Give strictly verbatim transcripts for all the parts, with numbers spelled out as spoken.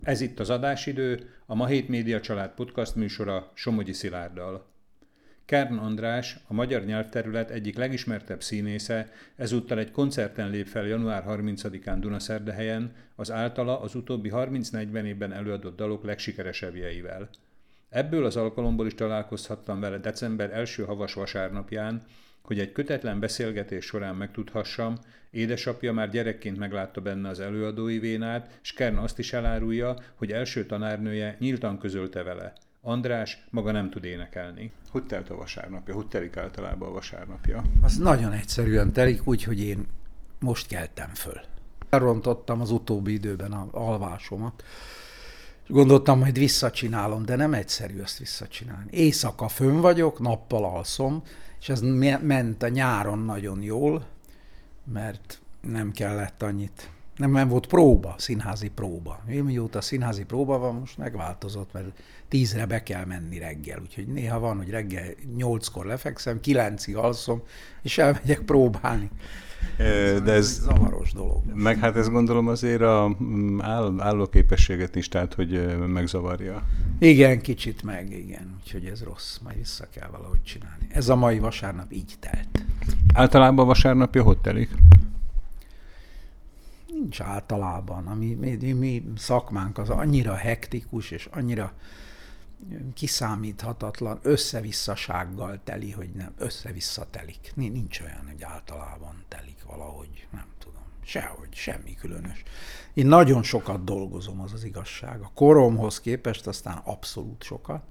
Ez itt az Adásidő, a Ma hét Média Család podcast műsora Somogyi Szilárddal. Kern András, a magyar nyelvterület egyik legismertebb színésze, ezúttal egy koncerten lép fel január harmincadikán Dunaszerdahelyen, az általa az utóbbi harminc-negyven évben előadott dalok legsikeresebbjeivel. Ebből az alkalomból is találkozhattam vele december első havas vasárnapján, hogy egy kötetlen beszélgetés során megtudhassam, édesapja már gyerekként meglátta benne az előadói vénát, s Kern azt is elárulja, hogy első tanárnője nyíltan közölte vele. András maga nem tud énekelni. Hogy telt a vasárnapja? Hogy telik általában a vasárnapja? Az nagyon egyszerűen telik, úgyhogy én most keltem föl. Elrontottam az utóbbi időben az alvásomat. Gondoltam, majd visszacsinálom, de nem egyszerű azt visszacsinálni. Éjszaka fönn vagyok, nappal alszom, és ez ment a nyáron nagyon jól, mert nem kellett annyit. Nem, nem volt próba, színházi próba. Én mióta színházi próba van, most megváltozott, mert tízre be kell menni reggel. Úgyhogy néha van, hogy reggel nyolckor lefekszem, kilencig alszom, és elmegyek próbálni. De ez zavaros dolog. Meg hát ezt gondolom azért a áll, állóképességet is, tehát hogy megzavarja. Igen, kicsit meg, igen. Úgyhogy ez rossz, majd vissza kell valahogy csinálni. Ez a mai vasárnap így telt. Általában vasárnapja hogy telik? Nincs általában. A mi, mi, mi szakmánk az annyira hektikus, és annyira kiszámíthatatlan, összevisszasággal teli, hogy nem, össze-vissza telik. Nincs olyan, hogy általában telik valahogy, nem tudom. Sehogy, semmi különös. Én nagyon sokat dolgozom, az az igazság. A koromhoz képest aztán abszolút sokat.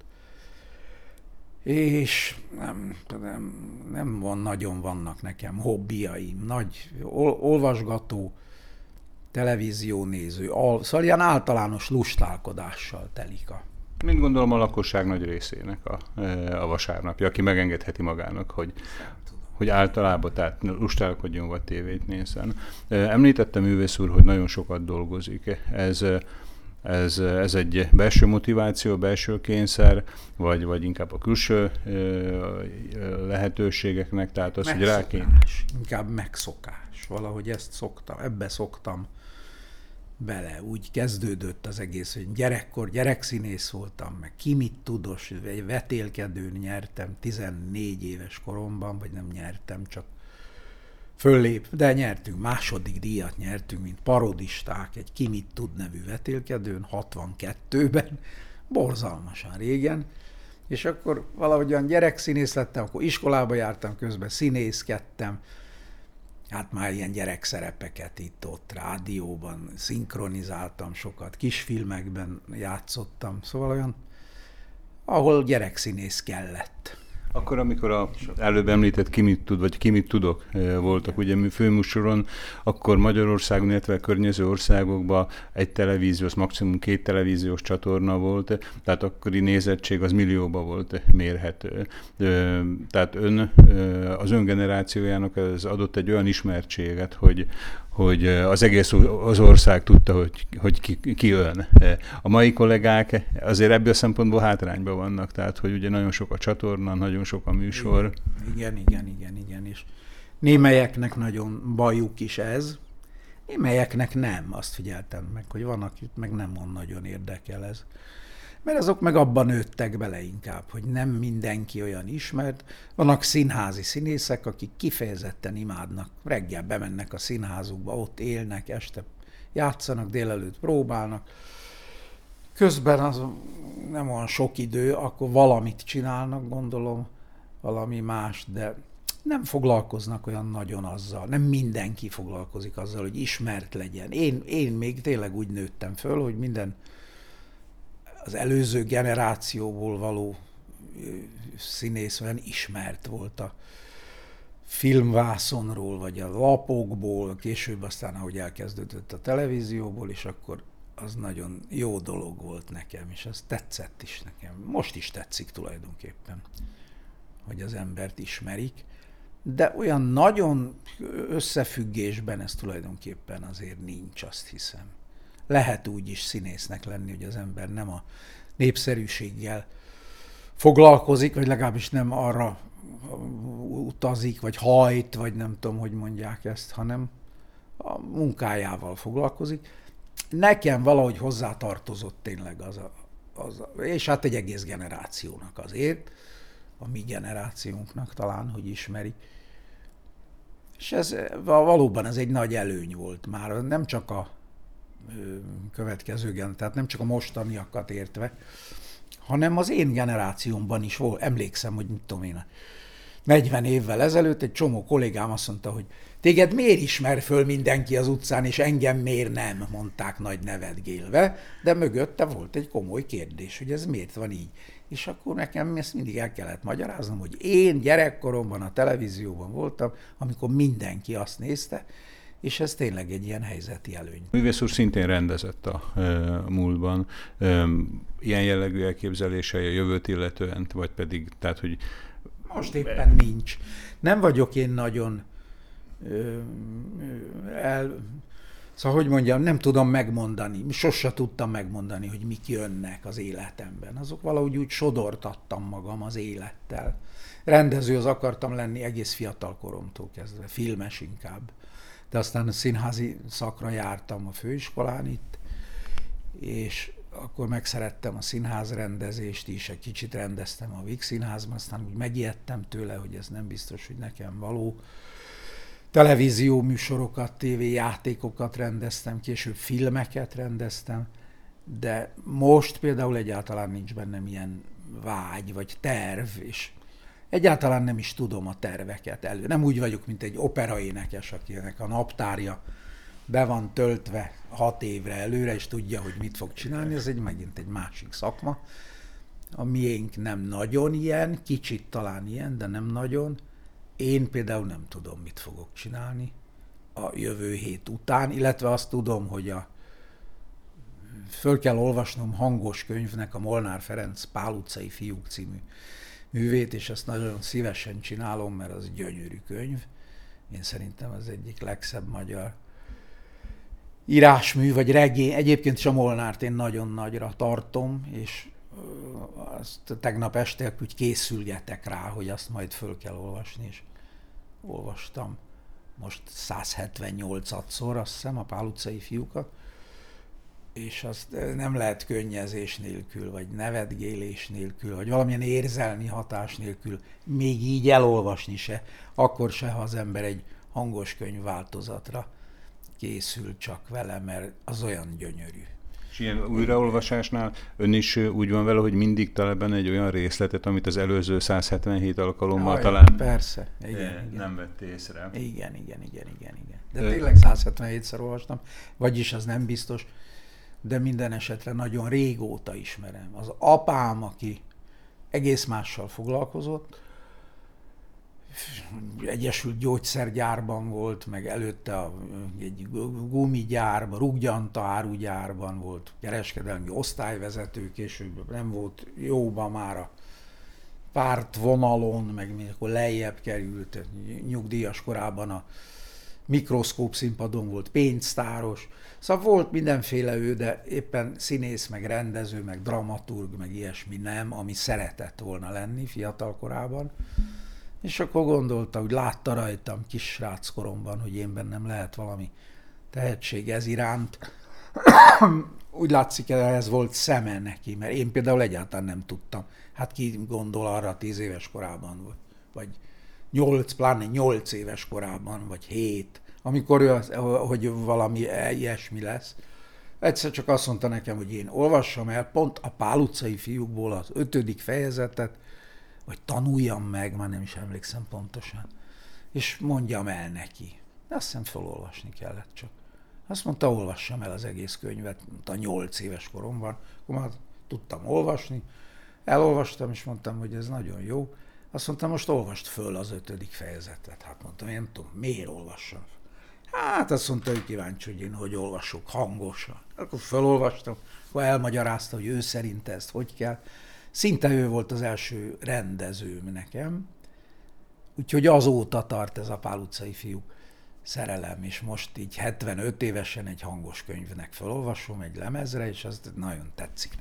És nem, nem, nem van, nagyon vannak nekem hobbiaim, nagy ol, olvasgató, televíziónéző, al, szóval ilyen általános lustálkodással telik a... Mint gondolom a lakosság nagy részének a, a vasárnapja, aki megengedheti magának, hogy, hogy általában tehát lustálkodjon vagy tévét nézzen. Említette művész úr, hogy nagyon sokat dolgozik. Ez, ez, ez egy belső motiváció, belső kényszer, vagy, vagy inkább a külső lehetőségeknek, tehát az, megszokás, hogy rákény... Inkább megszokás. Valahogy ezt szoktam, ebbe szoktam bele. Úgy kezdődött az egész, hogy gyerekkor gyerekszínész voltam, meg ki mit tudos, egy vetélkedőn nyertem tizennégy éves koromban, vagy nem nyertem, csak föllép, de nyertünk, második díjat nyertünk, mint parodisták, egy Ki mit tud nevű vetélkedőn, hatvankettőben, borzalmasan régen, és akkor valahogyan gyerekszínész lettem, akkor iskolába jártam, közben színészkedtem, hát már ilyen gyerekszerepeket itt-ott, rádióban szinkronizáltam sokat, kisfilmekben játszottam, szóval olyan, ahol gyerekszínész kellett. Akkor, amikor a előbb említett Ki mit tud, vagy Ki mit tudok voltak ugye mi főműsoron, akkor Magyarországon, illetve a környező országokban egy televíziós, maximum két televíziós csatorna volt, tehát akkori nézettség az millióba volt mérhető. Tehát ön, az ön generációjának ez adott egy olyan ismertséget, hogy, hogy az egész az ország tudta, hogy, hogy ki, ki ön. A mai kollégák azért ebből a szempontból hátrányban vannak, tehát hogy ugye nagyon sok a csatorna, nagyon sok a műsor. Igen, igen, igen, igen, és némelyeknek nagyon bajuk is ez, némelyeknek nem, azt figyeltem meg, hogy van, akit meg nem mond nagyon érdekel ez. Mert azok meg abban nőttek bele inkább, hogy nem mindenki olyan ismert. Vannak színházi színészek, akik kifejezetten imádnak, reggel bemennek a színházukba, ott élnek, este játszanak, délelőtt próbálnak. Közben az nem olyan sok idő, akkor valamit csinálnak, gondolom, valami más, de nem foglalkoznak olyan nagyon azzal. Nem mindenki foglalkozik azzal, hogy ismert legyen. Én, én még tényleg úgy nőttem föl, hogy minden az előző generációból való színész olyan ismert volt a filmvászonról, vagy a lapokból, később aztán, ahogy elkezdődött a televízióból, és akkor az nagyon jó dolog volt nekem, és az tetszett is nekem. Most is tetszik tulajdonképpen, hogy az embert ismerik, de olyan nagyon összefüggésben ez tulajdonképpen azért nincs, azt hiszem. Lehet úgy is színésznek lenni, hogy az ember nem a népszerűséggel foglalkozik, vagy legalábbis nem arra utazik, vagy hajt, vagy nem tudom, hogy mondják ezt, hanem a munkájával foglalkozik. nekem valahogy hozzátartozott tényleg az a, az a, és hát egy egész generációnak azért, a mi generációnknak talán, hogy ismerik. És ez valóban ez egy nagy előny volt már, nem csak a következő gen, tehát nem csak a mostaniakat értve, hanem az én generációmban is volt. Emlékszem, hogy mit tudom én, negyven évvel ezelőtt egy csomó kollégám azt mondta, hogy téged miért ismer föl mindenki az utcán, és engem miért nem, mondták nagy nevetgélve, de mögötte volt egy komoly kérdés, hogy ez miért van így. És akkor nekem ezt mindig el kellett magyaráznom, hogy én gyerekkoromban a televízióban voltam, amikor mindenki azt nézte, és ez tényleg egy ilyen helyzeti előny. Művész úr szintén rendezett a, e, múltban. E, ilyen jellegű elképzelései a jövőt illetően, vagy pedig, tehát, hogy... Most éppen nincs. Nem vagyok én nagyon ö, el... Szóval, hogy mondjam, nem tudom megmondani, sose tudtam megmondani, hogy mik jönnek az életemben. Azok valahogy úgy sodortattam magam az élettel. Rendező az akartam lenni egész fiatal koromtól kezdve, filmes inkább. De aztán a színházi szakra jártam a főiskolán itt, és akkor megszerettem a színházrendezést is, egy kicsit rendeztem a Víg Színházban, aztán úgy megijedtem tőle, hogy ez nem biztos, hogy nekem való. Televízió műsorokat, tévéjátékokat rendeztem, később filmeket rendeztem, de most például egyáltalán nincs bennem ilyen vágy vagy terv, és egyáltalán nem is tudom a terveket elő. Nem úgy vagyok, mint egy operaénekes, akinek a naptárja be van töltve hat évre előre, és tudja, hogy mit fog csinálni. Ez egy megint egy másik szakma. A miénk nem nagyon ilyen, kicsit talán ilyen, de nem nagyon. Én például nem tudom, mit fogok csinálni a jövő hét után, illetve azt tudom, hogy a föl kell olvasnom hangos könyvnek a Molnár Ferenc Pál utcai fiúk című művét, és ezt nagyon szívesen csinálom, mert az gyönyörű könyv. Én szerintem az egyik legszebb magyar írásmű, vagy regény. Egyébként is a Molnárt én nagyon nagyra tartom, és azt tegnap este úgy készülgetek rá, hogy azt majd föl kell olvasni, és olvastam most száz hetvennyolcadszor, azt hiszem, a Pál utcai fiúkat, és azt nem lehet könnyezés nélkül, vagy nevetgélés nélkül, vagy valamilyen érzelmi hatás nélkül még így elolvasni se, akkor se, ha az ember egy hangos könyv változatra készül csak vele, mert az olyan gyönyörű. És ilyen újraolvasásnál ön is úgy van vele, hogy mindig talál benne egy olyan részletet, amit az előző száz hetvenhét alkalommal Aj, talán persze. Igen, igen. nem vett észre. Igen, igen, igen, igen, igen. De tényleg száz hetvenhétszer olvastam, vagyis az nem biztos, de minden esetre nagyon régóta ismerem. Az apám, aki egész mással foglalkozott, Egyesült Gyógyszergyárban volt, meg előtte a, egy gumigyárban, rúggyanta árugyárban volt, kereskedelmi osztályvezető, később nem volt jóban már a pártvonalon, meg mikor lejjebb került, nyugdíjas korában a mikroszkóp színpadon volt pénztáros. Szóval volt mindenféle ő, de éppen színész, meg rendező, meg dramaturg, meg ilyesmi nem, ami szeretett volna lenni fiatal korában. És akkor gondolta, hogy látta rajtam kis sráckoromban, hogy én bennem lehet valami tehetség ez iránt. Úgy látszik, ez volt szeme neki, mert én például egyáltalán nem tudtam. Hát ki gondol arra tíz éves korában, vagy nyolc, pláne nyolc éves korában, vagy hét, amikor ő, az, hogy valami ilyesmi lesz. Egyszer csak azt mondta nekem, hogy én olvassam el pont a Pál utcai fiúkból az ötödik fejezetet, vagy tanuljam meg, már nem is emlékszem pontosan, és mondjam el neki. De azt hiszem felolvasni kellett csak. Azt mondta, olvassam el az egész könyvet, a nyolc éves koromban, akkor már tudtam olvasni, elolvastam, és mondtam, hogy ez nagyon jó. Azt mondta, most olvast föl az ötödik fejezetet. Hát mondtam, én nem tudom, miért olvassam. Hát azt mondta, hogy kíváncsi, hogy én hogy olvasok hangosan. Akkor felolvastam, akkor elmagyarázta, hogy ő szerint ezt hogy kell. Szinte ő volt az első rendezőm nekem, úgyhogy azóta tart ez a Pál utcai fiúk szerelem, és most így hetvenöt évesen egy hangos könyvnek felolvasom egy lemezre, és az nagyon tetszik nekem.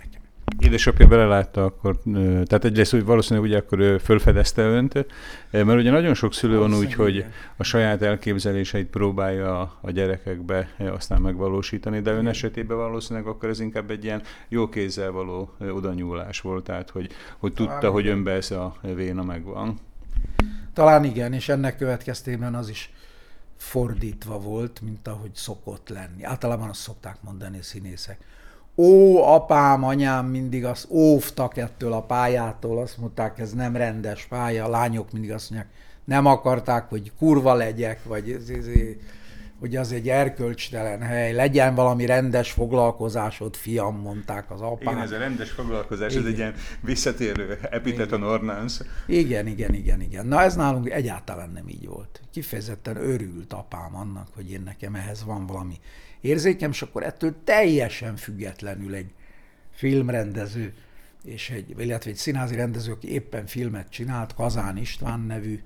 Édesapja belelátta akkor, tehát egyrészt úgy valószínűleg ugye akkor ő fölfedezte önt, mert ugye nagyon sok szülő van úgy, hogy a saját elképzeléseit próbálja a gyerekekbe aztán megvalósítani, de ön esetében valószínűleg akkor ez inkább egy ilyen jó kézzel való odanyúlás volt, tehát hogy, hogy tudta, hogy önbe ez a véna megvan. Talán igen, és ennek következtében az is fordítva volt, mint ahogy szokott lenni. Általában azt szokták mondani a színészek. Ó, apám, anyám mindig azt óvtak ettől a pályától, azt mondták, ez nem rendes pálya, a lányok mindig azt mondják, nem akarták, hogy kurva legyek, vagy hogy az egy erkölcstelen hely, legyen valami rendes foglalkozásod, fiam, mondták az apám. Igen, ez a rendes foglalkozás, igen. Ez egy ilyen visszatérő epiteton ornans. Igen, igen, igen, igen. Na ez nálunk egyáltalán nem így volt. Kifejezetten örült apám annak, hogy én nekem ehhez van valami érzékem, és akkor ettől teljesen függetlenül egy filmrendező, és egy, illetve egy színházi rendező, aki éppen filmet csinált, Kazán István nevű,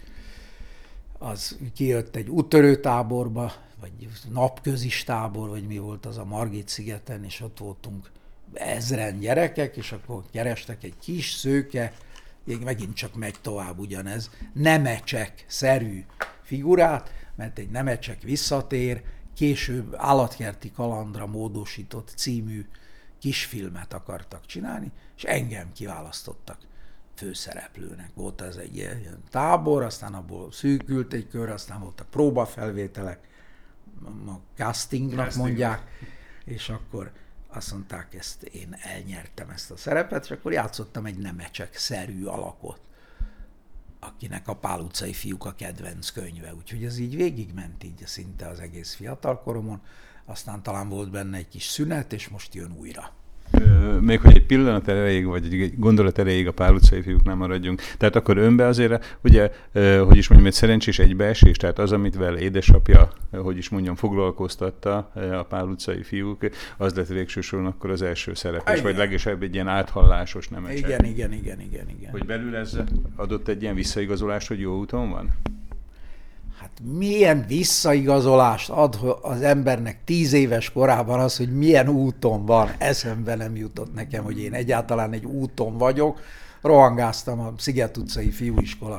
az kijött egy úttörőtáborba, vagy napközis tábor, vagy mi volt az a Margit-szigeten, és ott voltunk ezren gyerekek, és akkor kerestek egy kis szőke, még megint csak megy tovább ugyanez, nemecsek-szerű figurát, mert egy nemecsek visszatér, később Állatkerti kalandra módosított című kisfilmet akartak csinálni, és engem kiválasztottak főszereplőnek. Volt ez egy ilyen tábor, aztán abból szűkült egy kör, aztán voltak próbafelvételek, a castingnak Casting. mondják, és akkor azt mondták, ezt én elnyertem ezt a szerepet, és akkor játszottam egy nemecsek-szerű alakot, akinek a Pál utcai fiúk a kedvenc könyve. Úgyhogy ez így végigment így szinte az egész fiatalkoromon, aztán talán volt benne egy kis szünet, és most jön újra. Még hogy egy pillanat erejéig, vagy egy gondolat erejéig a Pál utcai fiúknál maradjunk. Tehát akkor önbe azért, ugye, hogy is mondjam, egy szerencsés egybeesés, tehát az, amit vele édesapja, hogy is mondjam, foglalkoztatta a Pál utcai fiúk, az lett végső soron akkor az első szerepes, vagy legalább egy ilyen áthallásos nemecsek. Igen, igen, igen, igen, igen. Hogy belül ez adott egy ilyen visszaigazolást, hogy jó úton van? Hát milyen visszaigazolást ad az embernek tíz éves korában az, hogy milyen úton van. Eszembe nem jutott nekem, hogy én egyáltalán egy úton vagyok. Rohangáztam a Sziget utcai fiúiskola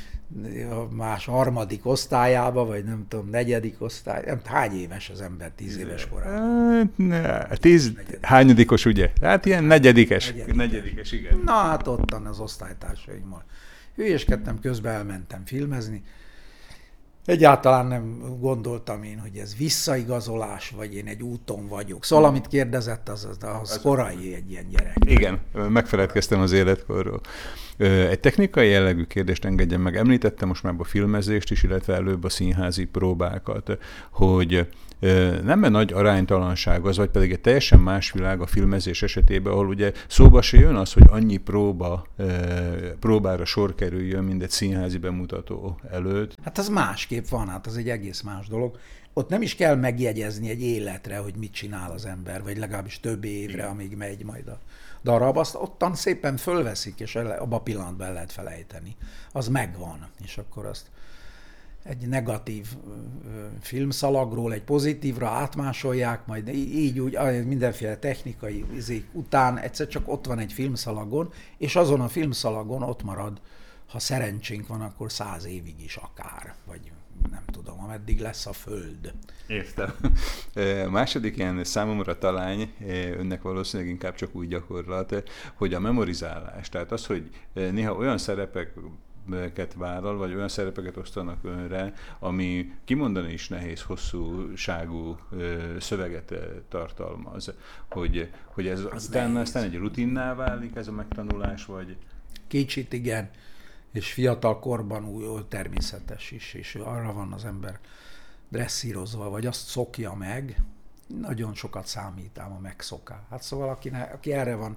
más harmadik osztályába, vagy nem tudom, negyedik osztály. Nem, hány éves az ember tíz éves korában? Ne, tíz, hányadikos, ugye? Hát ilyen negyedikes. Negyedikes, negyedikes igen. Na hát ottan az osztálytársaimmal hülyéskedtem, közben elmentem filmezni. Egyáltalán nem gondoltam én, hogy ez visszaigazolás, vagy én egy úton vagyok. Szóval, amit kérdezett, az, az, az korai egy ilyen gyerek. Igen, megfeledkeztem az életkorról. Egy technikai jellegű kérdést engedjen meg. Említettem most már a filmezést is, illetve előbb a színházi próbákat, hogy nem nagy aránytalanság az, vagy pedig egy teljesen más világ a filmezés esetében, ahol ugye szóba se jön az, hogy annyi próba, próbára sor kerüljön, mint egy színházi bemutató előtt. Hát az másképp van, hát az egy egész más dolog. Ott nem is kell megjegyezni egy életre, hogy mit csinál az ember, vagy legalábbis több évre, amíg megy majd a darab. Azt ottan szépen fölveszik, és abban a pillanatban el lehet felejteni. Az megvan, és akkor azt egy negatív filmszalagról egy pozitívra átmásolják, majd így úgy mindenféle technikai izék után egyszer csak ott van egy filmszalagon, és azon a filmszalagon ott marad, ha szerencsénk van, akkor száz évig is akár, vagy nem tudom, ameddig lesz a Föld. Értem. A második ilyen számomra talány, önnek valószínűleg inkább csak új gyakorlat, hogy a memorizálás, tehát az, hogy néha olyan szerepek vállal, vagy olyan szerepeket osztanak önre, ami kimondani is nehéz, hosszúságú szöveget tartalmaz, hogy, hogy ez aztán, aztán egy rutinná válik ez a megtanulás, vagy? Kicsit igen, és fiatal korban új, természetes is, és arra van az ember dresszírozva, vagy azt szokja meg, nagyon sokat számít ám a megszoká. Hát szóval aki, aki erre van,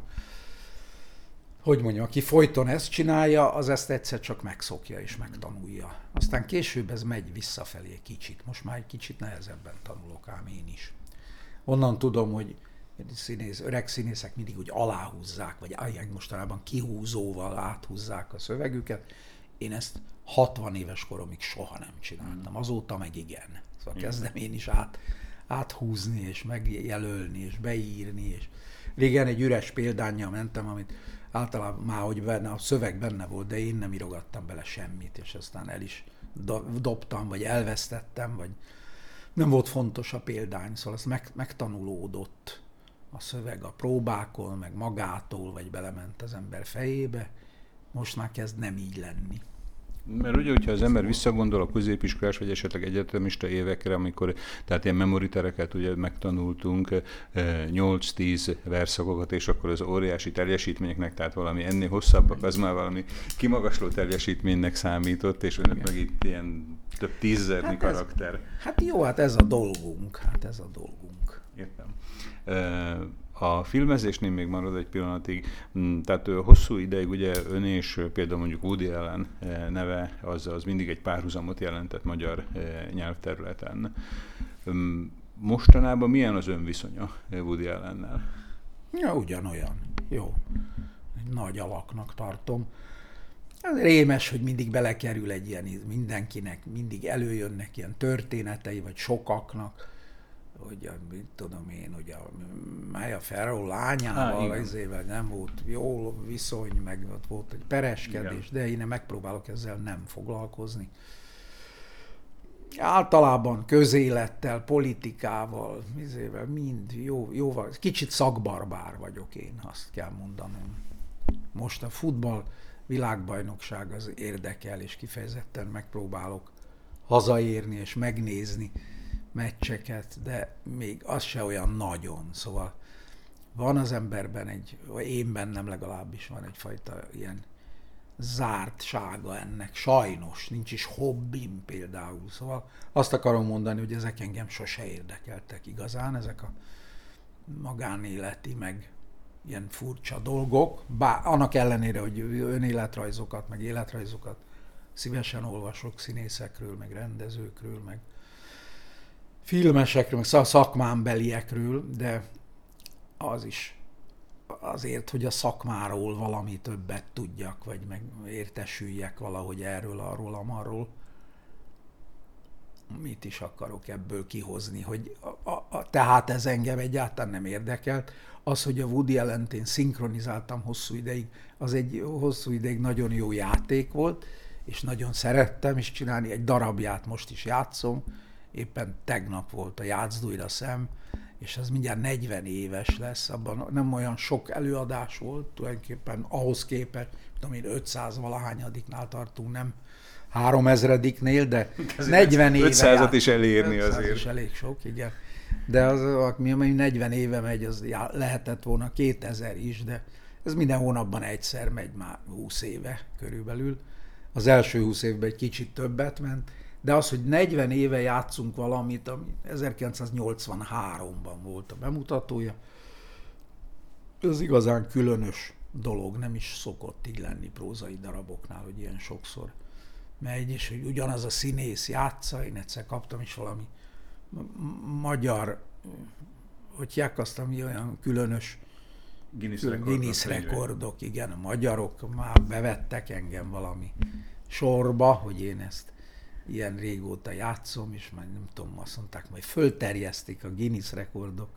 hogy mondjam, aki folyton ezt csinálja, az ezt egyszer csak megszokja és megtanulja. Aztán később ez megy visszafelé kicsit. Most már egy kicsit nehezebben tanulok ám én is. Onnan tudom, hogy színész, öreg színészek mindig úgy aláhúzzák, vagy mostanában kihúzóval áthúzzák a szövegüket. Én ezt hatvan éves koromig soha nem csináltam. Azóta meg igen. Szóval kezdem én is át, áthúzni, és megjelölni, és beírni, és Régen egy üres példánnyal mentem, amit általában már, hogy benne, a szöveg benne volt, de én nem írogattam bele semmit, és aztán el is dobtam, vagy elvesztettem, vagy nem volt fontos a példány, szóval ez meg, megtanulódott a szöveg a próbákon, meg magától, vagy belement az ember fejébe. Most már kezd nem így lenni. Mert ugye, hogyha az ember visszagondol a középiskolás, vagy esetleg egyetemista évekre, amikor tehát ilyen memoritereket ugye megtanultunk, nyolc-tíz verszakokat, és akkor az óriási teljesítményeknek, tehát valami ennél hosszabbak, az már valami kimagasló teljesítménynek számított, és önök meg itt ilyen több tízezernyi hát karakter. Ez, hát jó, hát ez a dolgunk, hát ez a dolgunk. Értem. A filmezésnél még marad egy pillanatig, tehát hosszú ideig ugye ön és például mondjuk Woody Allen neve, az, az mindig egy párhuzamot jelentett magyar nyelvterületen. Mostanában milyen az ön viszonya Woody Allennel? Ja, ugyanolyan. Jó. Egy nagy alaknak tartom. Rémes, hogy mindig belekerül egy ilyen, mindenkinek mindig előjönnek ilyen történetei, vagy sokaknak, hogy mit tudom én, hogy a Maya Farrow lányával, ezével nem volt jó viszony, meg volt egy pereskedés, igen. De én megpróbálok ezzel nem foglalkozni. Általában közélettel, politikával, ezével mind jó, jóval, kicsit szakbarbár vagyok én, azt kell mondanom. Most a futball világbajnokság az érdekel, és kifejezetten megpróbálok hazaérni és megnézni meccseket, de még az se olyan nagyon. Szóval van az emberben egy, vagy én bennem legalábbis van egyfajta ilyen zártsága ennek. Sajnos, nincs is hobbim például. Szóval azt akarom mondani, hogy ezek engem sose érdekeltek igazán, ezek a magánéleti, meg ilyen furcsa dolgok, bár annak ellenére, hogy önéletrajzokat, meg életrajzokat szívesen olvasok színészekről, meg rendezőkről, meg filmesekről, meg szakmámbeliekről, de az is azért, hogy a szakmáról valami többet tudjak, vagy meg értesüljek valahogy erről, arról, amarról. Mit is akarok ebből kihozni, hogy a, a, a, tehát ez engem egyáltalán nem érdekelt. Az, hogy a Woody Allent én szinkronizáltam hosszú ideig, az egy hosszú ideig nagyon jó játék volt, és nagyon szerettem is csinálni, egy darabját most is játszom, éppen tegnap volt a Játszd újra szem, és az mindjárt negyven éves lesz, abban nem olyan sok előadás volt, tulajdonképpen ahhoz képest, tudom én, ötszáz valahányadiknál tartunk, nem háromezrediknél, de negyven éve ötszázat is elérni ötszáz azért. Is elég sok, igen. De az, ami negyven éve megy, az lehetett volna kétezer is, de ez minden hónapban egyszer megy már húsz éve körülbelül. Az első húsz évben egy kicsit többet ment, de az, hogy negyven éve játszunk valamit, ami ezerkilencszáznyolcvanháromban volt a bemutatója, ez igazán különös dolog, nem is szokott így lenni prózai daraboknál, hogy ilyen sokszor megy, és hogy ugyanaz a színész játsza, én egyszer kaptam is valami magyar, hogy hívják olyan különös Guinness, Guinness rekordok, igen, a magyarok már bevettek engem valami sorba, hogy én ezt ilyen régóta játszom, és már nem tudom, azt mondták, majd fölterjesztik a Guinness rekordok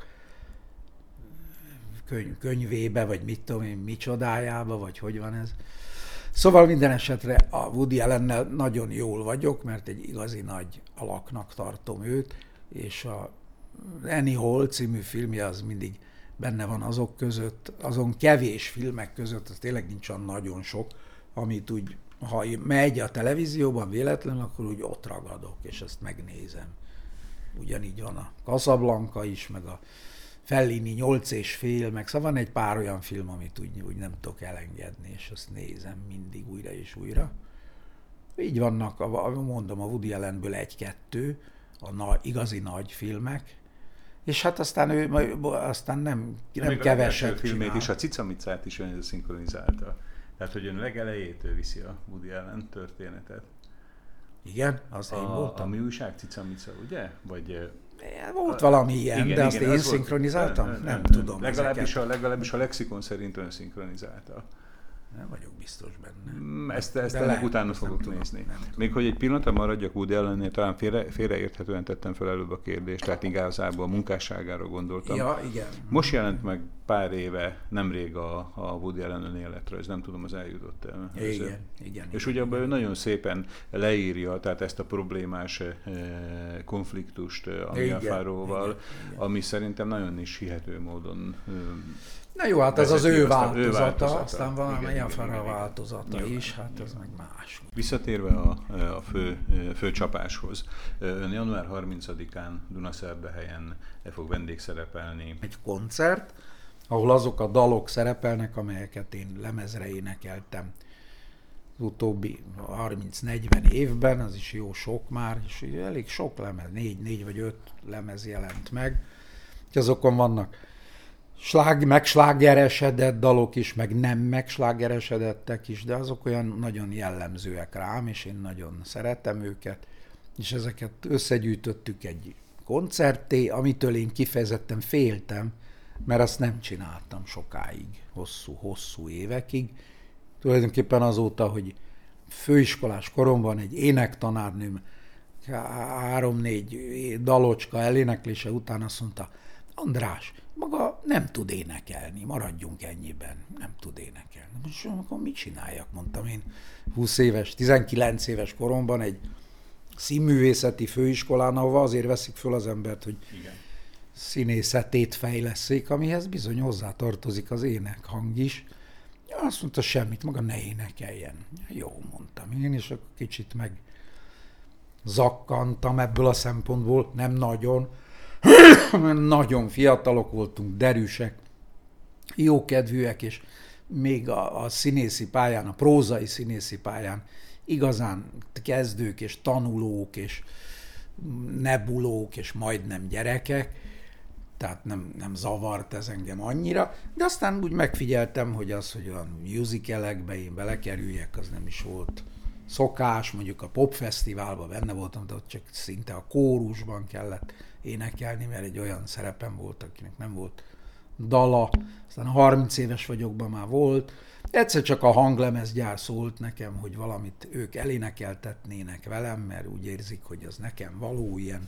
könyv, könyvébe, vagy mit tudom én, micsodájába, vagy hogy van ez. Szóval minden esetre a Woody Allennel nagyon jól vagyok, mert egy igazi nagy alaknak tartom őt, és a Annie Hall című filmje az mindig benne van azok között, azon kevés filmek között, az tényleg nincs olyan nagyon sok, amit úgy, ha megy a televízióban véletlenül, akkor úgy ott ragadok, és ezt megnézem. Ugyanígy van a Casablanca is, meg a Fellini nyolc és fél, meg szóval van egy pár olyan film, amit úgy, úgy nem tudok elengedni, és azt nézem mindig újra és újra. Így vannak, mondom, a Woody Allenből egy-kettő, a nagy, igazi nagy filmek, és hát aztán ő aztán nem, nem keveset csinál. Filmét is, a Cicamicát is ön szinkronizálta. Tehát, hogy ön legelejétől viszi a Woody Allen történetet. Igen, az a, én voltam. A mi újság Cicamica, ugye? Vagy... Volt valami ilyen, igen, de azt igen, én szinkronizáltam? Ön, ön, nem ön, tudom. Legalábbis a, legalábbis a lexikon szerint ön szinkronizálta. Nem vagyok biztos benne. Ezt, ezt ennek utána fogok nézni. Még hogy egy pillanatra maradjak Woody Allennél, talán félre, félreérthetően tettem fel előbb a kérdést, tehát igazából a munkásságára gondoltam. Ja, igen. Most jelent meg pár éve, nemrég a, a Woody Allen önéletrajz, nem tudom, az eljutott el. Igen, igen, igen. És ugye abban ő nagyon szépen leírja, tehát ezt a problémás konfliktust a Mia Farrowval, ami szerintem nagyon is hihető módon. Na jó, hát ez az ő változata, ő változata, aztán van a Farrow változata igen, is, hát igen. ez meg más. Visszatérve a, a fő, fő csapáshoz, ön január harmincadikán Dunaszerdahelyen fog vendégszerepelni. Egy koncert, ahol azok a dalok szerepelnek, amelyeket én lemezre énekeltem az utóbbi harminc-negyven évben, az is jó sok már, és elég sok lemez, négy, négy vagy öt lemez jelent meg, és azokon vannak slág, megslágeresedett dalok is, meg nem megslágeresedettek is, de azok olyan nagyon jellemzőek rám, és én nagyon szeretem őket, és ezeket összegyűjtöttük egy koncertté, amitől én kifejezetten féltem, mert azt nem csináltam sokáig, hosszú-hosszú évekig. Tulajdonképpen azóta, hogy főiskolás koromban egy énektanárnőm három-négy dalocska eléneklése után azt mondta, András, maga nem tud énekelni, maradjunk ennyiben, nem tud énekelni. Most akkor mit csináljak, mondtam én húsz éves, tizenkilenc éves koromban egy színművészeti főiskolán, ahova azért veszik föl az embert, hogy igen. Színészetét fejlesszék, amihez bizony hozzátartozik az énekhang is. Azt mondta, semmit, maga ne énekeljen. Jó, mondtam én, és akkor kicsit meg zakkantam ebből a szempontból, nem nagyon, nagyon fiatalok voltunk, derűsek, jókedvűek, és még a, a színészi pályán, a prózai színészi pályán igazán kezdők és tanulók és nebulók és majdnem gyerekek, tehát nem, nem zavart ez engem annyira, de aztán úgy megfigyeltem, hogy az, hogy a musicalekbe én belekerüljek, az nem is volt szokás, mondjuk a popfesztiválban benne voltam, de ott csak szinte a kórusban kellett énekelni, mert egy olyan szerepem volt, akinek nem volt dala, aztán harminc éves vagyokban már volt. Egyszer csak a hanglemezgyár szólt nekem, hogy valamit ők elénekeltetnének velem, mert úgy érzik, hogy az nekem való, ilyen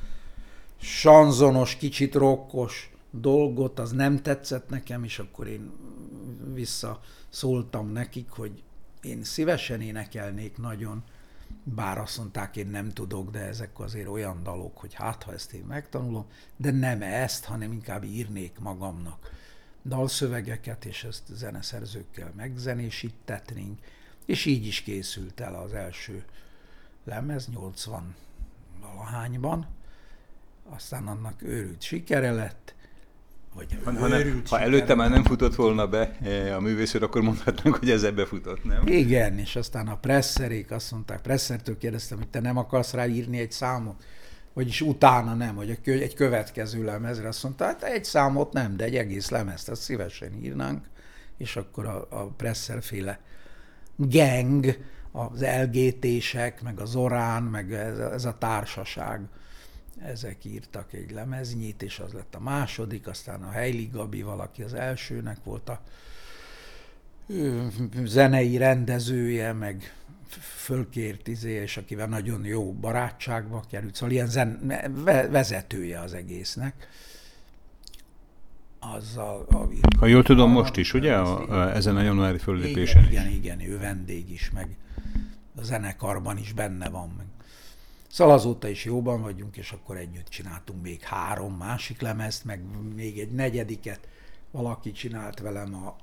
sanzonos, kicsit rokkos dolgot, az nem tetszett nekem, és akkor én visszaszóltam nekik, hogy én szívesen énekelnék nagyon, bár azt mondták, én nem tudok, de ezek azért olyan dalok, hogy hát, ha ezt én megtanulom, de nem ezt, hanem inkább írnék magamnak dalszövegeket, és ezt zeneszerzőkkel megzenésítetnénk, és így is készült el az első lemez, nyolcvan valahányban, aztán annak őrült sikere lett, vagy ha, ha, nem, ha előtte már nem futott volna be a művészőr, akkor mondhatnánk, hogy ez ebbe futott, nem? Igen, és aztán a presszerék azt mondták, presszertől kérdeztem, hogy te nem akarsz rá írni egy számot? Vagyis utána nem, hogy egy következő lemezre. Azt mondta, hát egy számot nem, de egy egész lemezt, azt szívesen írnánk, és akkor a, a presszerféle gang, az el gé té-sek, meg a Zorán, meg ez a, ez a társaság, ezek írtak egy lemeznyit, és az lett a második, aztán a Heili Gabi valaki az elsőnek volt a zenei rendezője, meg fölkért izé, és akivel nagyon jó barátságba került, szóval ilyen zen, vezetője az egésznek. Azzal, a, ha jól tudom, most is, ugye? A, a, ezen a januári föllépésen igen, is. Igen, igen, ő vendég is, meg a zenekarban is benne van, meg. Szóval azóta is jóban vagyunk, és akkor együtt csináltunk még három másik lemezt, meg még egy negyediket. Valaki csinált velem a,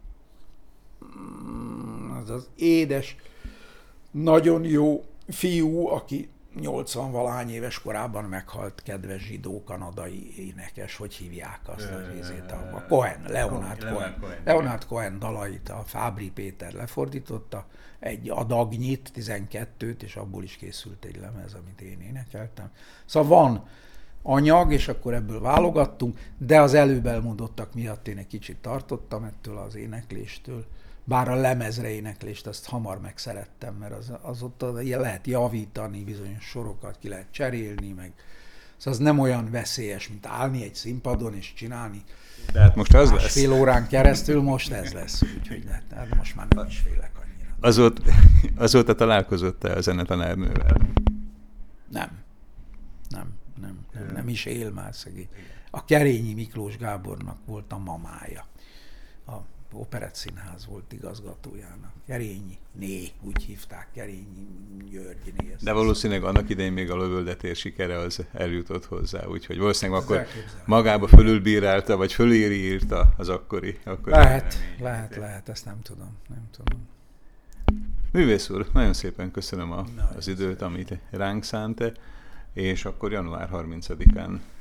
az az édes, nagyon jó fiú, aki nyolcvan-valahány éves korában meghalt, kedves zsidó kanadai énekes, hogy hívják azt a részét, a, a Cohen, Leonard Cohen. Leonard Cohen dalait a Fábri Péter lefordította, egy adagnyit, tizenkettőt, és abból is készült egy lemez, amit én énekeltem. Szóval van anyag, és akkor ebből válogattunk, de az előbb elmondottak miatt én egy kicsit tartottam ettől az énekléstől, bár a lemezre éneklést azt hamar megszerettem, mert az, az ott lehet javítani, bizonyos sorokat ki lehet cserélni, meg szóval az nem olyan veszélyes, mint állni egy színpadon és csinálni De hát most az lesz. Másfél órán keresztül most ez lesz, úgyhogy hát most már nem is félek annyira. Azóta, azóta találkozott-e a zenetanárnővel? Nem. Nem, nem, nem, nem is él már szegény. A Kerényi Miklós Gábornak volt a mamája. A Operett Színház volt igazgatójának. Kerényi Né, úgy hívták, Kerényi Györgyné. De valószínűleg annak idején még a lövöldetér sikere az eljutott hozzá, úgyhogy valószínűleg akkor magába fölülbírálta, vagy fölíri írta az akkori. akkori lehet, lehet, lehet, ezt nem tudom, nem tudom. Művész úr, nagyon szépen köszönöm a, Na, az időt, amit ránk szánt, és akkor január harmincadikán